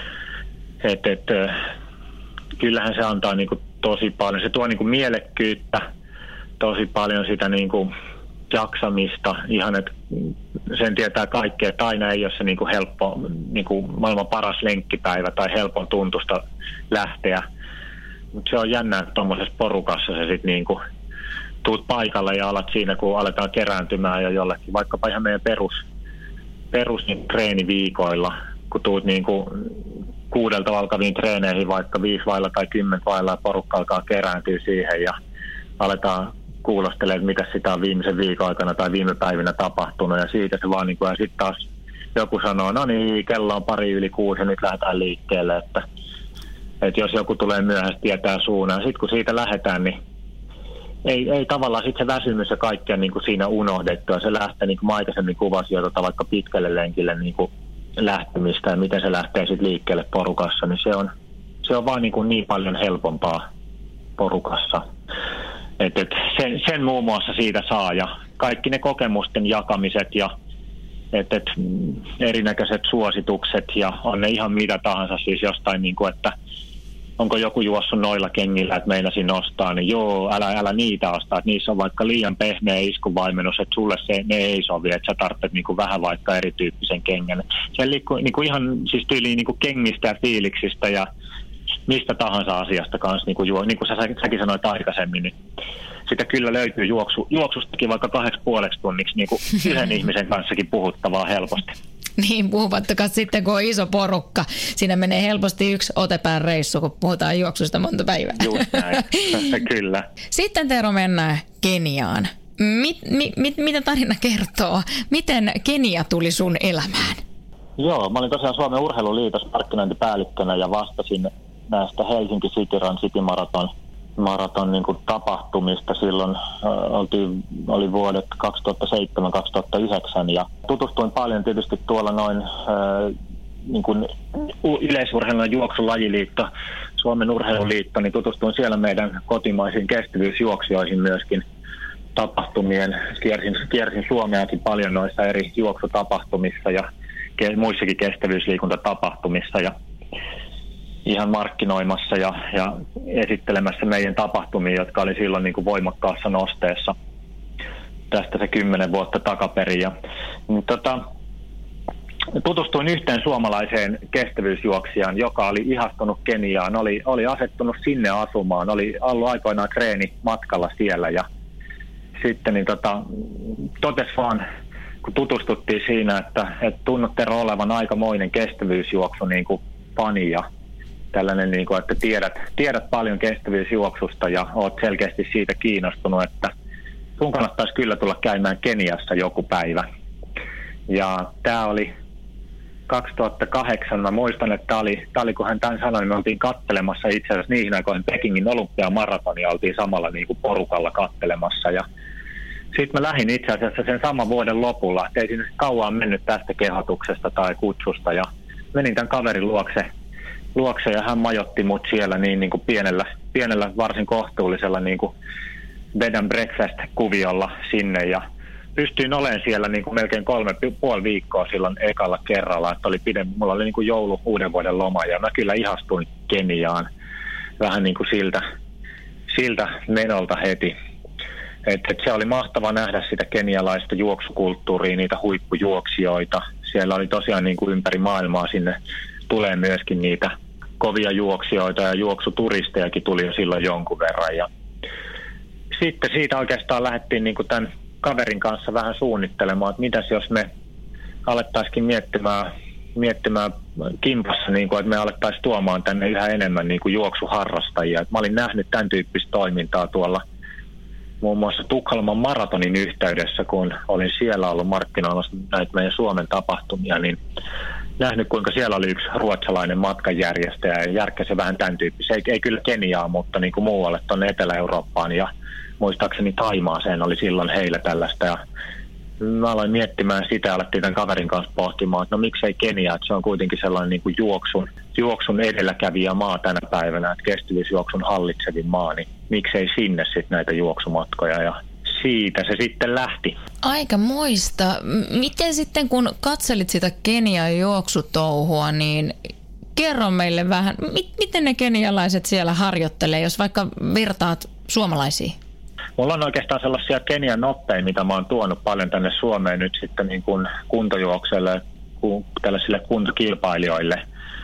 Et, et, kyllähän se antaa niin kuin tosi paljon. Se tuo niin kuin mielekkyyttä, tosi paljon sitä niin kuin jaksamista. Ihan, että sen tietää kaikkea, että aina ei ole se niin kuin helppo, niin kuin maailman paras lenkkipäivä tai helpon tuntusta lähteä. Mutta se on jännä, että tuommoisessa porukassa se sitten niin kuin tuut paikalle ja alat siinä, kun aletaan kerääntymään ja jollekin, vaikkapa ihan meidän perus, perus niin treeniviikoilla, kun tuut niin kuin kuudelta alkaviin treeneihin vaikka viisi vailla tai kymmentä vailla ja porukka alkaa kerääntyä siihen ja aletaan kuulostelemaan, että mitä sitä on viimeisen viikon aikana tai viime päivinä tapahtunut ja siitä se vaan niin kuin, ja sitten taas joku sanoo, no niin, kello on pari yli kuusi ja nyt lähdetään liikkeelle, että, että jos joku tulee myöhässä, tietää suunnan. Sitten kun siitä lähdetään, niin ei, ei tavallaan sitten se väsymys ja kaikki on niin kuin siinä unohdettu ja se lähtee, niin kuin mä aikaisemmin kuvasin jo tota, vaikka pitkälle lenkille niin kuin lähtemistä ja miten se lähtee sitten liikkeelle porukassa, niin se on, se on vaan niin, kuin niin paljon helpompaa porukassa. Et, et sen, sen muun muassa siitä saa ja kaikki ne kokemusten jakamiset ja et, et, erinäköiset suositukset ja on ne ihan mitä tahansa siis jostain, niin kuin, että onko joku juossut noilla kengillä, että meinasin ostaa, niin joo, älä, älä niitä ostaa, että niissä on vaikka liian pehmeä iskuvaimennus, että sulle se, ne ei sovi, että sä tarvitset niin kuin vähän vaikka erityyppisen kengän. Se liikkuu niin kuin ihan siis tyyliin niin kuin kengistä ja fiiliksistä ja mistä tahansa asiasta kanssa, niin kuin, juo, niin kuin sä, säkin sanoit aikaisemmin, niin sitä kyllä löytyy juoksu, juoksustakin vaikka kahdeksi puoleksi tunniksi niin kuin yhden ihmisen kanssakin puhuttavaa helposti. Niin, puhumattakaan sitten, kun on iso porukka. Siinä menee helposti yksi otepään reissu, kun puhutaan juoksusta monta päivää. Just näin, kyllä. Sitten Tero mennään Keniaan. Mit, mit, mit, mitä tarina kertoo? Miten Kenia tuli sun elämään? Joo, mä olin tosiaan Suomen Urheiluliitos markkinointipäällikkönä ja vastasin näistä Helsinki City Run City Marathon maraton niin kuin tapahtumista silloin, äh, oltiin, oli vuodet kaksituhattaseitsemän kaksituhattayhdeksän ja tutustuin paljon tietysti tuolla noin äh, niin kuin yleisurheilun juoksulajiliitto, Suomen Urheiluliitto, niin tutustuin siellä meidän kotimaisiin kestävyysjuoksijoihin myöskin tapahtumien, kiersin, kiersin Suomeakin paljon noissa eri juoksutapahtumissa ja ke, muissakin kestävyysliikuntatapahtumissa ja ihan markkinoimassa ja, ja esittelemässä meidän tapahtumia, jotka oli silloin niin kuin voimakkaassa nosteessa tästä se kymmenen vuotta takaperin. Ja, niin tota, tutustuin yhteen suomalaiseen kestävyysjuoksijaan, joka oli ihastunut Keniaan, oli, oli asettunut sinne asumaan, oli ollut aikoinaan treeni matkalla siellä ja sitten niin tota, totesi vaan, kun tutustuttiin siinä, että, että tunnut Tero olevan aikamoinen kestävyysjuoksu niin kuin fani ja tällainen, niin kuin, että tiedät, tiedät paljon kestävyysjuoksusta ja olet selkeästi siitä kiinnostunut, että sun kannattaisi kyllä tulla käymään Keniassa joku päivä. Ja tämä oli kaksituhattakahdeksan, mä muistan, että tämä oli, tämä oli, kun hän tämän sanoi, me oltiin kattelemassa itse asiassa niihin aikoihin Pekingin olympiamaratonia, oltiin samalla niin kuin porukalla kattelemassa ja sitten mä lähdin itse asiassa sen saman vuoden lopulla, että ei siinä kauan mennyt tästä kehotuksesta tai kutsusta ja menin tämän kaverin luokse luokse ja hän majoitti mut siellä niin, niin kuin pienellä, pienellä, varsin kohtuullisella niin kuin bed and breakfast-kuviolla sinne ja pystyin olemaan siellä niin kuin melkein kolme puoli viikkoa silloin ekalla kerralla, että oli pidem, mulla oli niin kuin joulu uuden vuoden loma ja mä kyllä ihastuin Keniaan vähän niin kuin siltä, siltä menolta heti. Et, et se oli mahtava nähdä sitä kenialaista juoksukulttuuria, niitä huippujuoksijoita. Siellä oli tosiaan niin kuin ympäri maailmaa sinne tulee myöskin niitä kovia juoksijoita ja juoksuturistejakin tuli jo silloin jonkun verran. Ja sitten siitä oikeastaan lähdettiin niin kuin tämän kaverin kanssa vähän suunnittelemaan, että mitäs jos me alettaisikin miettimään miettimään kimpassa, niin kuin, että me alettaisiin tuomaan tänne yhä enemmän niin kuin juoksuharrastajia. Et mä olin nähnyt tämän tyyppistä toimintaa tuolla muun muassa Tukholman maratonin yhteydessä, kun olin siellä ollut markkinoilla näitä meidän Suomen tapahtumia, niin nähnyt, kuinka siellä oli yksi ruotsalainen matkanjärjestäjä ja järkkäsi vähän tämän tyyppisiä. Ei, ei kyllä Keniaa, mutta niin kuin muualle tuonne Etelä-Eurooppaan ja muistaakseni Taimaaseen oli silloin heillä tällaista. Ja mä aloin miettimään sitä ja alettiin tämän kaverin kanssa pohtimaan, että no miksei Kenia, että se on kuitenkin sellainen niin kuin juoksun, juoksun edelläkävijä maa tänä päivänä, että kestävyysjuoksun hallitsevin maa, niin miksei sinne sitten näitä juoksumatkoja ja siitä se sitten lähti. Aika muista. Miten sitten kun katselit sitä Kenian juoksutouhua, niin kerro meille vähän, miten ne kenialaiset siellä harjoittelee, jos vaikka virtaat suomalaisiin? Mulla on oikeastaan sellaisia Kenian noppeja, mitä mä oon tuonut paljon tänne Suomeen nyt sitten niin kuin kuntojuokselle, tällaisille kuntokilpailijoille,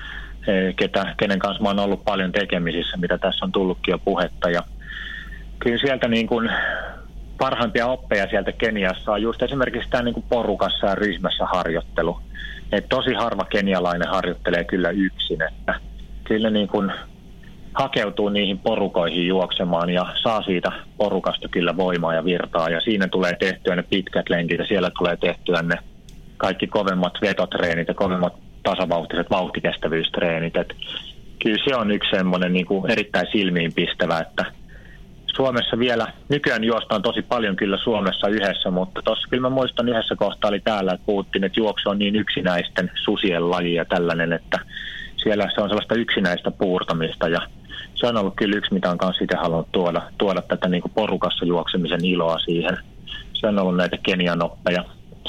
ketä, kenen kanssa mä oon ollut paljon tekemisissä, mitä tässä on tullutkin jo puhetta. Ja kyllä sieltä niin kuin parhaimpia oppeja sieltä Keniassa on just esimerkiksi tämä niin kuin porukassa ja ryhmässä harjoittelu. Et tosi harva kenialainen harjoittelee kyllä yksin, että kyllä niin kuin hakeutuu niihin porukoihin juoksemaan ja saa siitä porukasta kyllä voimaa ja virtaa. Ja siinä tulee tehtyä ne pitkät lenkit ja siellä tulee tehtyä ne kaikki kovemmat vetotreenit ja kovemmat tasavauhtiset vauhtikestävyystreenit. Et kyllä se on yksi semmoinen niin kuin erittäin silmiinpistävä, että Suomessa vielä, nykyään juostaan tosi paljon kyllä Suomessa yhdessä, mutta tuossa kyllä mä muistan yhdessä kohtaa oli täällä, että puhuttiin, että juoksu on niin yksinäisten susien laji ja tällainen, että siellä se on sellaista yksinäistä puurtamista ja se on ollut kyllä yksi, mitä on kanssa itse halunnut tuoda, tuoda tätä niin kuin porukassa juoksemisen iloa siihen. Se on ollut näitä Kenian oppeja.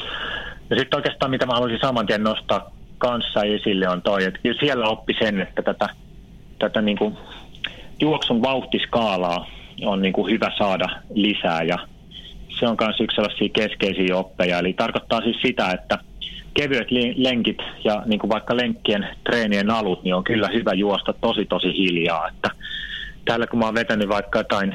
Ja sitten oikeastaan mitä mä haluaisin saman tien nostaa kanssa esille on toi, että kyllä siellä oppi sen, että tätä, tätä niin kuin juoksun vauhtiskaalaa on niin kuin hyvä saada lisää ja se on myös yksi sellaisia keskeisiä oppeja. Eli tarkoittaa siis sitä, että kevyet lenkit ja niin kuin vaikka lenkkien treenien alut, niin on kyllä hyvä juosta tosi tosi hiljaa. Että täällä kun mä oon vetänyt vaikka jotain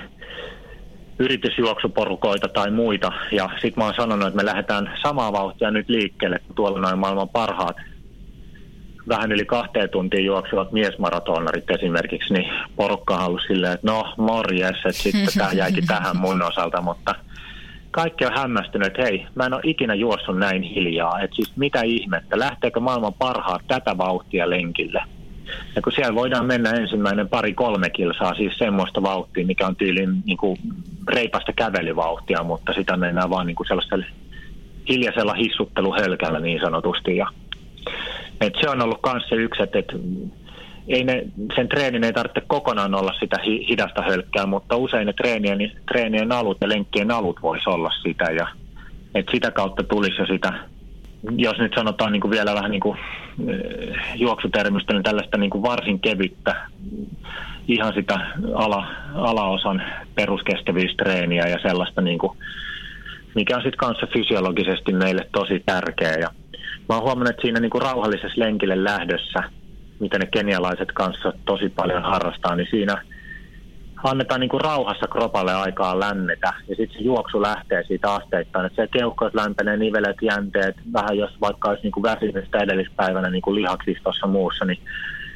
yritysjuoksuporukoita tai muita ja sit mä oon sanonut, että me lähdetään samaa vauhtia nyt liikkeelle, kun tuolla noin maailman parhaat vähän yli kahteen tuntiin juoksevat miesmaratonarit esimerkiksi, niin porukka on ollut silleen, että no morjes, että sitten tämä jäikin tähän mun osalta, mutta kaikki on hämmästynyt, että hei, mä en ole ikinä juossut näin hiljaa, että siis mitä ihmettä, lähteekö maailman parhaat tätä vauhtia lenkille? Ja kun siellä voidaan mennä ensimmäinen pari-kolme kilsaa, siis semmoista vauhtia, mikä on tyylin niin kuin reipasta kävelyvauhtia, mutta sitä mennään vaan niin kuin sellaisella hiljaisella hissutteluhölkällä niin sanotusti. Ja et se on ollut myös se yksi, että et ei ne, sen treenin ei tarvitse kokonaan olla sitä hi, hidasta hölkkää, mutta usein ne treenien, treenien alut ja lenkkien alut voisi olla sitä. Ja, et sitä kautta tulisi jo sitä, jos nyt sanotaan niin kuin vielä vähän niin kuin juoksutermistä, niin tällaista niin kuin varsin kevyttä, ihan sitä ala, alaosan peruskestävyystreeniä ja sellaista, niin kuin, mikä on sitten kanssa fysiologisesti meille tosi tärkeä. Ja mä oon huomannut, että siinä niin kuin rauhallisessa lenkille lähdössä, mitä ne kenialaiset kanssa tosi paljon harrastaa, niin siinä annetaan niin kuin rauhassa kropalle aikaa lännetä ja sitten se juoksu lähtee siitä asteittain, että se keuhkoit lämpenee, nivelet, jänteet, vähän jos vaikka olisi niin kuin väsymystä edellispäivänä niin kuin lihaksistossa muussa, niin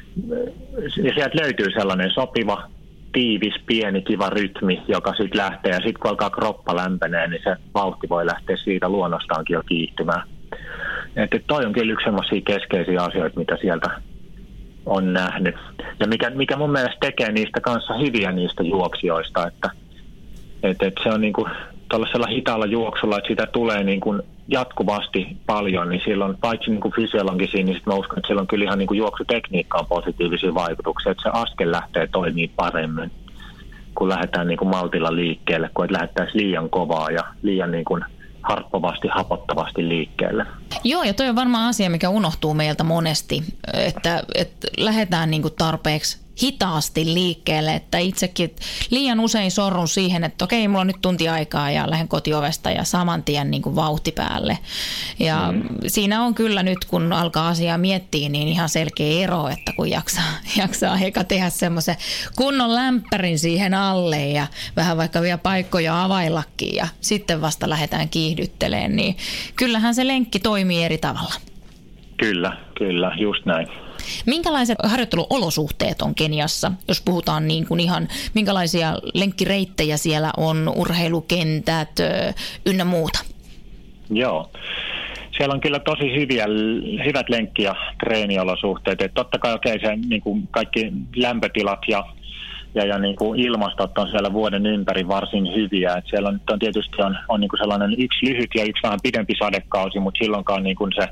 ja sieltä löytyy sellainen sopiva, tiivis, pieni, kiva rytmi, joka sitten lähtee ja sitten kun alkaa kroppa lämpenee, niin se vauhti voi lähteä siitä luonnostaankin jo kiihtymään. Että toi on kyllä yksi sellaisia keskeisiä asioita, mitä sieltä on nähnyt. Ja mikä, mikä mun mielestä tekee niistä kanssa hyviä niistä juoksijoista, että et, et se on niinku tuollaisella hitaalla juoksulla, että sitä tulee niinku jatkuvasti paljon, niin silloin paitsi niinku fysiologisia, niin sit mä uskon, että sillä on kyllä ihan niinku juoksutekniikkaan positiivisia vaikutuksia, että se askel lähtee toimii paremmin, kun lähdetään niinku maltilla liikkeelle, kun et lähdettäisiin liian kovaa ja liian niinku harppovasti, hapottavasti liikkeelle. Joo, ja toi on varmaan asia, mikä unohtuu meiltä monesti, että, että lähdetään niin kuin tarpeeksi hitaasti liikkeelle, että itsekin liian usein sorrun siihen, että okei, mulla on nyt tunti aikaa ja lähden kotiovesta ja saman tien niin kuin vauhti päälle. Ja mm. siinä on kyllä nyt, kun alkaa asiaa miettiä, niin ihan selkeä ero, että kun jaksaa, jaksaa eka tehdä semmoisen kunnon lämpärin siihen alle ja vähän vaikka vielä paikkoja availlakin ja sitten vasta lähdetään kiihdyttelemään, niin kyllähän se lenkki toimii eri tavalla. Kyllä, kyllä, just näin. Minkälaiset harjoitteluolosuhteet on Keniassa, jos puhutaan niin kuin ihan, minkälaisia lenkkireittejä siellä on, urheilukentät ynnä muuta? Joo, siellä on kyllä tosi hyviä, hyvät lenkki- ja treeniolosuhteet. Et totta kai okei, se niin kuin kaikki lämpötilat ja Ja, ja niin kuin ilmastot on siellä vuoden ympäri varsin hyviä. Et siellä on, on tietysti on, on niin kuin sellainen yksi lyhyt ja yksi vähän pidempi sadekausi, mutta silloinkaan niin kuin se,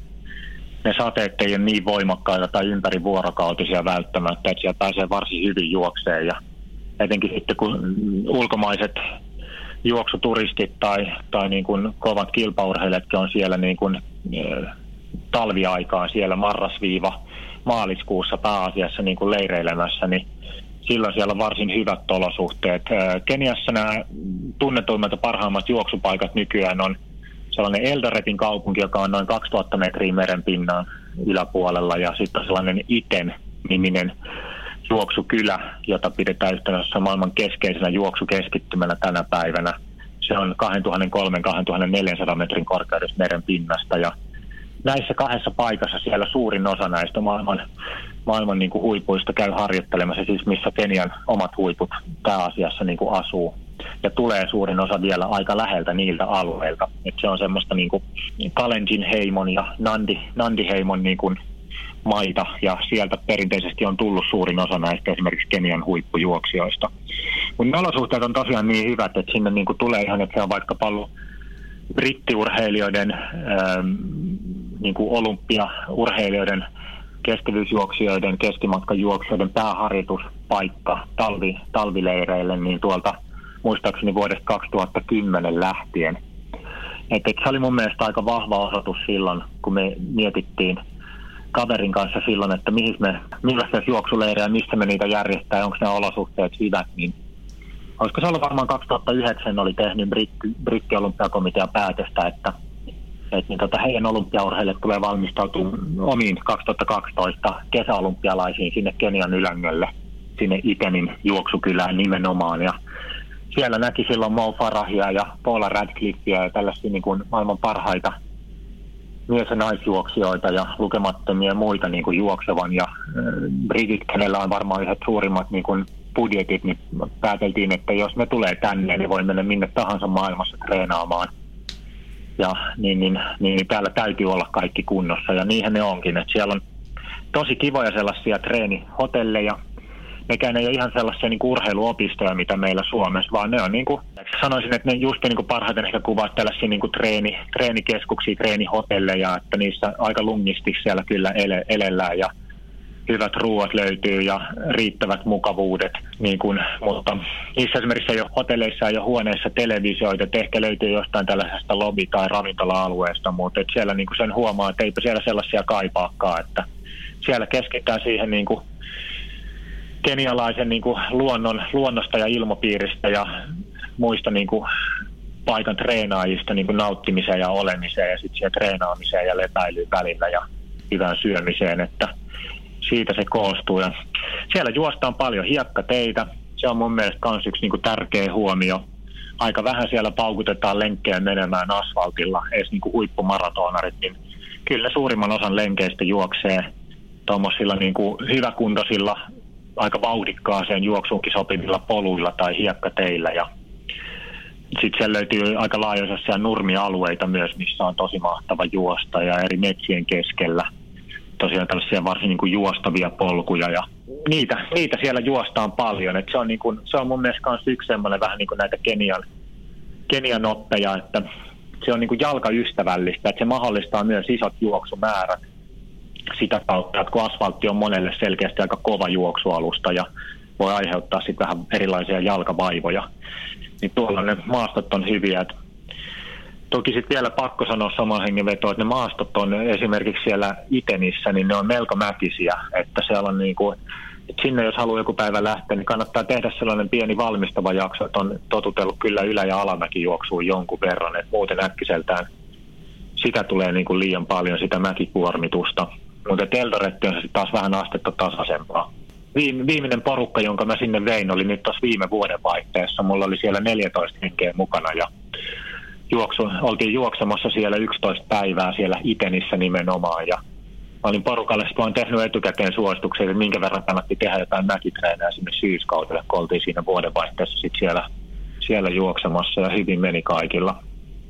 ne sateet ei ole niin voimakkaita tai ympäri vuorokautisia välttämättä, että siellä pääsee varsin hyvin juokseen. Ja etenkin sitten kun ulkomaiset juoksuturistit tai, tai niin kuin kovat kilpaurheilijatkin on siellä niin kuin, äh, talviaikaan siellä marrasviiva maaliskuussa pääasiassa niin kuin leireilemässä, niin silloin siellä on varsin hyvät olosuhteet. Keniassa nämä tunnetuimmat ja parhaimmat juoksupaikat nykyään on sellainen Eldoretin kaupunki, joka on noin kaksituhatta metriä merenpinnan yläpuolella, ja sitten on sellainen Iten-niminen juoksukylä, jota pidetään yhtenä maailman keskeisenä juoksukeskittymänä tänä päivänä. Se on kaksituhattakolmesataa - kaksituhattaneljäsataa metrin korkeudessa merenpinnasta, ja näissä kahdessa paikassa siellä suurin osa näistä maailman, maailman niin kuin huipuista käy harjoittelemassa, siis missä Kenian omat huiput pääasiassa niin kuin asuu. Ja tulee suurin osa vielä aika läheltä niiltä alueilta. Et se on semmoista niin kuin Kalenjin heimon ja Nandi, Nandi-heimon niin kuin maita, ja sieltä perinteisesti on tullut suurin osa näistä esimerkiksi Kenian huippujuoksijoista. Mutta ne olosuhteet on tosiaan niin hyvät, että sinne niin kuin tulee ihan, että se on vaikka paljon brittiurheilijoiden, ähm, niin kuin olympiaurheilijoiden, kestävyysjuoksijoiden, keskimatkajuoksijoiden pääharjoituspaikka talvi, talvileireille, niin tuolta muistaakseni vuodesta kaksituhattakymmenen lähtien. Et, et se oli mun mielestä aika vahva osoitus silloin, kun me mietittiin kaverin kanssa silloin, että mihin me, millaisia juoksuleirejä, missä me niitä järjestää, onko nämä olosuhteet hyvät, niin olisiko se ollut varmaan kaksituhattayhdeksän oli tehnyt britti, britti-olympiakomitea päätöstä, että, että niin tota heidän olympiaurheilijat tulee valmistautua omiin kaksituhattakaksitoista kesäolympialaisiin sinne Kenian Ylängölle, sinne Itenin juoksukylään nimenomaan. Ja siellä näki silloin Mo Farahia ja Paula Radcliffea ja tällaisia niin kuin maailman parhaita mies- ja naisjuoksijoita ja lukemattomia muita niin kuin juoksevan. Ja äh, britit, kenellä on varmaan yhdet suurimmat niin kuin budjetit, niin pääteltiin, että jos ne tulee tänne, niin voi mennä minne tahansa maailmassa treenaamaan. Ja niin, niin, niin, niin täällä täytyy olla kaikki kunnossa, ja niinhän ne onkin. Että siellä on tosi kivoja sellaisia treenihotelleja. Nekään ei ole ihan sellaisia niin kuin urheiluopistoja, mitä meillä Suomessa, vaan ne on niin kuin, sanoisin, että ne just niin kuin parhaiten ehkä kuvaa tällaisia niin kuin treeni, treenikeskuksia, treenihotelleja, että niissä aika lungisti siellä kyllä ele, elellään ja hyvät ruuat löytyy ja riittävät mukavuudet, niin kuin, mutta niissä esimerkiksi ei ole hotelleissa ja huoneissa televisioita, että ehkä löytyy jostain tällaisesta lobby- tai ravintola-alueesta, mutta että siellä niin kuin sen huomaa, että eipä siellä sellaisia kaipaakaan, että siellä keskitytään siihen niin kuin kenialaisen niin kuin luonnon, luonnosta ja ilmapiiristä ja muista niin kuin paikan treenaajista niin kuin nauttimiseen ja olemiseen ja sitten siihen treenaamiseen ja lepäilyyn välillä ja hyvään syömiseen, että siitä se koostuu. Ja siellä juostaan paljon hiekkateitä. Se on mun mielestä myös yksi niin kuin tärkeä huomio. Aika vähän siellä paukutetaan lenkkejä menemään asfaltilla, edes niin kuin huippumaratonarit, niin kyllä suurimman osan lenkeistä juoksee tuommoisilla niin kuin hyväkuntoisilla, aika vauhdikkaaseen juoksuunkin sopivilla poluilla tai hiekkateillä. Ja sitten siellä löytyy aika laajoisia nurmialueita myös, missä on tosi mahtava juosta ja eri metsien keskellä. Tosiaan tällaisia varsin niin kuin juostavia polkuja ja niitä, niitä siellä juostaan paljon. Et se, on niin kuin, se on mun mielestä myös yksi semmoinen vähän niin kuin näitä Kenian, Kenian oppeja, että se on niin kuin jalkaystävällistä, että se mahdollistaa myös isot juoksumäärät sitä kautta, että kun asfaltti on monelle selkeästi aika kova juoksualusta ja voi aiheuttaa sitten vähän erilaisia jalkavaivoja, niin tuolla ne maastot on hyviä. Et toki sitten vielä pakko sanoa saman hengenvetoa, että ne maastot on esimerkiksi siellä Itenissä, niin ne on melko mäkisiä, että siellä on niin kuin, että sinne jos haluaa joku päivä lähteä, niin kannattaa tehdä sellainen pieni valmistava jakso, että on totutellut kyllä ylä- ja alamäkijuoksuun jonkun verran, että muuten äkkiseltään sitä tulee niin kuin liian paljon sitä mäkikuormitusta, mutta Eldoretti on se sitten taas vähän astetta tasaisempaa. Viimeinen porukka, jonka mä sinne vein, oli nyt tuossa viime vuoden vaihteessa, mulla oli siellä neljätoista henkeä mukana ja Juoksu, oltiin juoksemassa siellä yksitoista päivää siellä Itenissä nimenomaan ja Mä olin porukalle, mä olen tehnyt etukäteen suosituksia, että minkä verran kannatti tehdä jotain mäkitreenejä sinne syyskaudelle, kun oltiin siinä vuodenvaihteessa sit siellä, siellä juoksemassa ja hyvin meni kaikilla.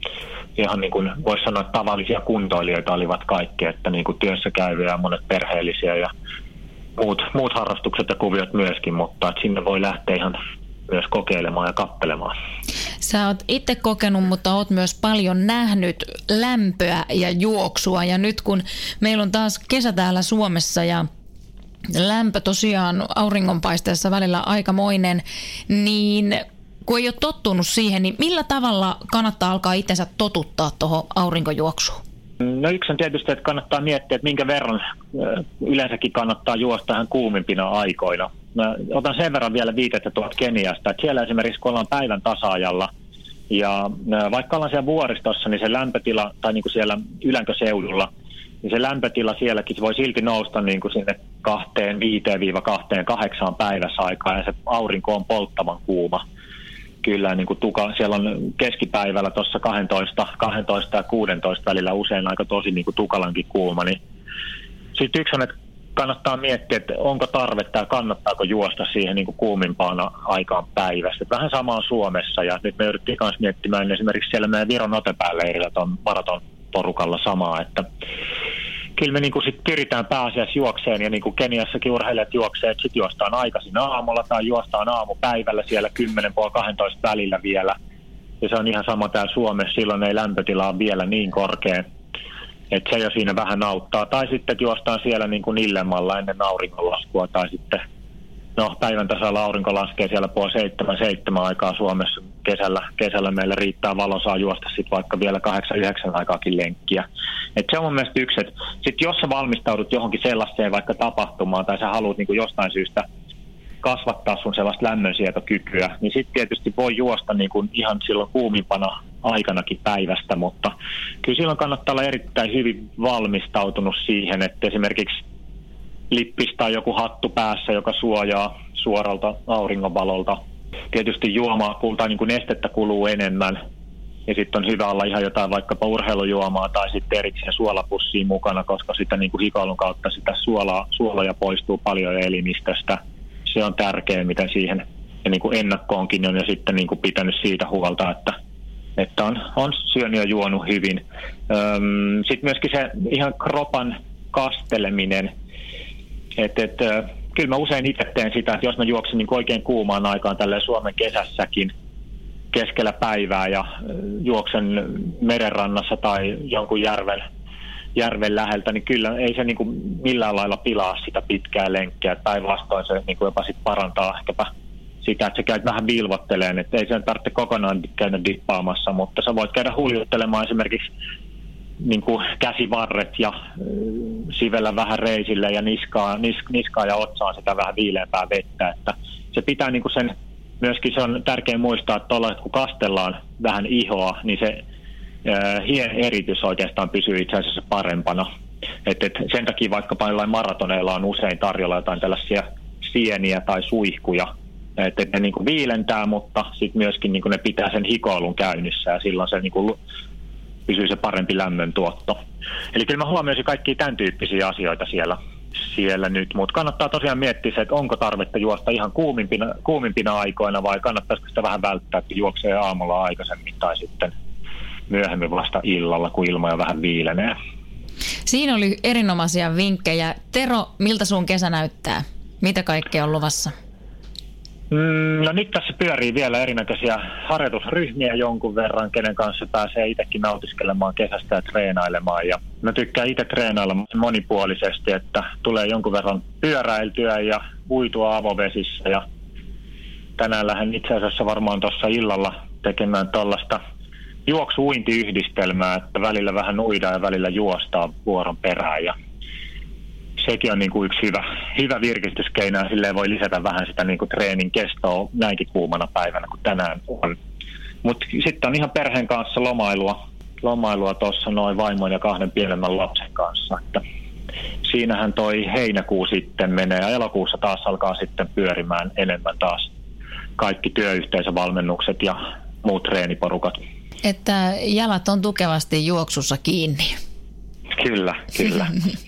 Ihan niin kuin voisi sanoa, että tavallisia kuntoilijoita olivat kaikki, että niin kuin työssä käyviä ja monet perheellisiä ja muut, muut harrastukset ja kuviot myöskin, mutta että sinne voi lähteä ihan myös kokeilemaan ja kappelemaan. Sä oot itse kokenut, mutta oot myös paljon nähnyt lämpöä ja juoksua. Ja nyt kun meillä on taas kesä täällä Suomessa ja lämpö tosiaan auringonpaisteessa välillä aikamoinen, niin kun ei ole tottunut siihen, niin millä tavalla kannattaa alkaa itsensä totuttaa tuohon aurinkojuoksuun? No yksi on tietysti, että kannattaa miettiä, että minkä verran yleensäkin kannattaa juosta ihan kuumimpina aikoina. Mä otan sen verran vielä viitettä tuolta Keniasta, että siellä esimerkiksi kun ollaan päivän tasaajalla ja vaikka ollaan siellä vuoristossa, niin se lämpötila, tai niin kuin siellä Ylänköseudulla, niin se lämpötila sielläkin se voi silti nousta niin kuin sinne kahteen viiteen kahteen kahdeksaan päivässä aikaa ja se aurinko on polttavan kuuma. Kyllä niin kuin tuka, siellä on keskipäivällä tuossa kaksitoista, kaksitoista ja kuusitoista välillä usein aika tosi niin kuin tukalankin kuuma. Niin sitten yksi on, että kannattaa miettiä, että onko tarvetta ja kannattaako juosta siihen niin kuin kuumimpaan aikaan päivästä. Että vähän sama on Suomessa ja nyt me yritettiin myös miettimään esimerkiksi siellä meidän Viron Otepää-leirillä tuon maraton porukalla samaa, että kyllä me niin sit pyritään pääasiassa juokseen ja niin kuin Keniassakin urheilijat juoksee, että sitten juostaan aikaisin aamulla tai juostaan aamupäivällä siellä kymmenen kaksitoista välillä vielä. Ja se on ihan sama täällä Suomessa, silloin ei lämpötila ole vielä niin korkea, että se jo siinä vähän auttaa. Tai sitten että juostaan siellä niin kuin illemmalla ennen auringonlaskua tai sitten no päivän tasalla aurinko laskee siellä puoli seitsemän, seitsemän aikaa Suomessa. Kesällä, kesällä meillä riittää valo, saa juosta sitten vaikka vielä kahdeksan, yhdeksän aikaakin lenkkiä. Et se on mun mielestä yksi, että sit jos sä valmistaudut johonkin sellaiseen vaikka tapahtumaan tai sä haluat niinku jostain syystä kasvattaa sun sellaista lämmönsietokykyä, niin sitten tietysti voi juosta niinku ihan silloin kuumimpana aikanakin päivästä, mutta kyllä silloin kannattaa olla erittäin hyvin valmistautunut siihen, että esimerkiksi lippis tai joku hattu päässä, joka suojaa suoralta auringonvalolta. Tietysti juomaa tai niin kuin nestettä kuluu enemmän ja sitten on hyvä olla ihan jotain vaikkapa urheilujuomaa tai sitten erikseen suolapussiin mukana, koska sitä niin kuin hikoilun kautta sitä suolaa, suoloja poistuu paljon elimistöstä. Se on tärkeää, miten siihen ja niin kuin ennakkoonkin on ja sitten niin kuin pitänyt siitä huolta, että, että on, on syönyt ja juonut hyvin. Öm, sitten myöskin se ihan kropan kasteleminen, että et, kyllä mä usein itse teen sitä, että jos mä juoksen niin oikein kuumaan aikaan tälleen Suomen kesässäkin keskellä päivää ja juoksen merenrannassa tai jonkun järven, järven läheltä, niin kyllä ei se niin kuin millään lailla pilaa sitä pitkää lenkkiä. Päinvastoin se niin kuin jopa sit parantaa ehkäpä sitä, että sä käyt vähän vilvotteleen, että ei sen tarvitse kokonaan käydä dippaamassa, mutta sä voit käydä huljuttelemaan esimerkiksi niin kuin käsivarret ja äh, sivellä vähän reisille ja niskaa, nis, niskaa ja otsaan sitä vähän viileämpää vettä. Että se pitää niin kuin sen, myöskin se on tärkeää muistaa, että tuolla, kun kastellaan vähän ihoa, niin se äh, hien eritys oikeastaan pysyy itse asiassa parempana. Et, et sen takia vaikka jollain maratoneilla on usein tarjolla jotain tällaisia sieniä tai suihkuja, että et ne niin kuin viilentää, mutta sitten myöskin niin kuin ne pitää sen hikoilun käynnissä ja silloin se niin kuin pysyy se parempi lämmön tuotto. Eli kyllä mä huomioisin kaikkia tämän tyyppisiä asioita siellä, siellä nyt, mutta kannattaa tosiaan miettiä se, että onko tarvetta juosta ihan kuumimpina, kuumimpina aikoina vai kannattaisiko sitä vähän välttää, että juoksee aamulla aikaisemmin tai sitten myöhemmin vasta illalla, kun ilma jo vähän viilenee. Siinä oli erinomaisia vinkkejä. Tero, miltä sun kesä näyttää? Mitä kaikkea on luvassa? Mm, no nyt tässä pyörii vielä erinäköisiä harjoitusryhmiä jonkun verran, kenen kanssa pääsee itsekin nautiskelemaan kesästä ja treenailemaan. Ja mä tykkään itse treenailla monipuolisesti, että tulee jonkun verran pyöräiltyä ja uitua avovesissä. Ja tänään lähden itse asiassa varmaan tuossa illalla tekemään tuollaista juoksu-uintiyhdistelmää, että välillä vähän uidaan ja välillä juostaan vuoron perään. Ja sekin on niin kuin yksi hyvä, hyvä virkistyskeino ja silleen voi lisätä vähän sitä niin kuin treenin kestoa näinkin kuumana päivänä kuin tänään on. Mutta sitten on ihan perheen kanssa lomailua, lomailua tuossa noin vaimon ja kahden pienemmän lapsen kanssa. Että siinähän toi heinäkuu sitten menee ja elokuussa taas alkaa sitten pyörimään enemmän taas kaikki työyhteisövalmennukset ja muut treeniporukat. Että jalat on tukevasti juoksussa kiinni. Kyllä, kyllä.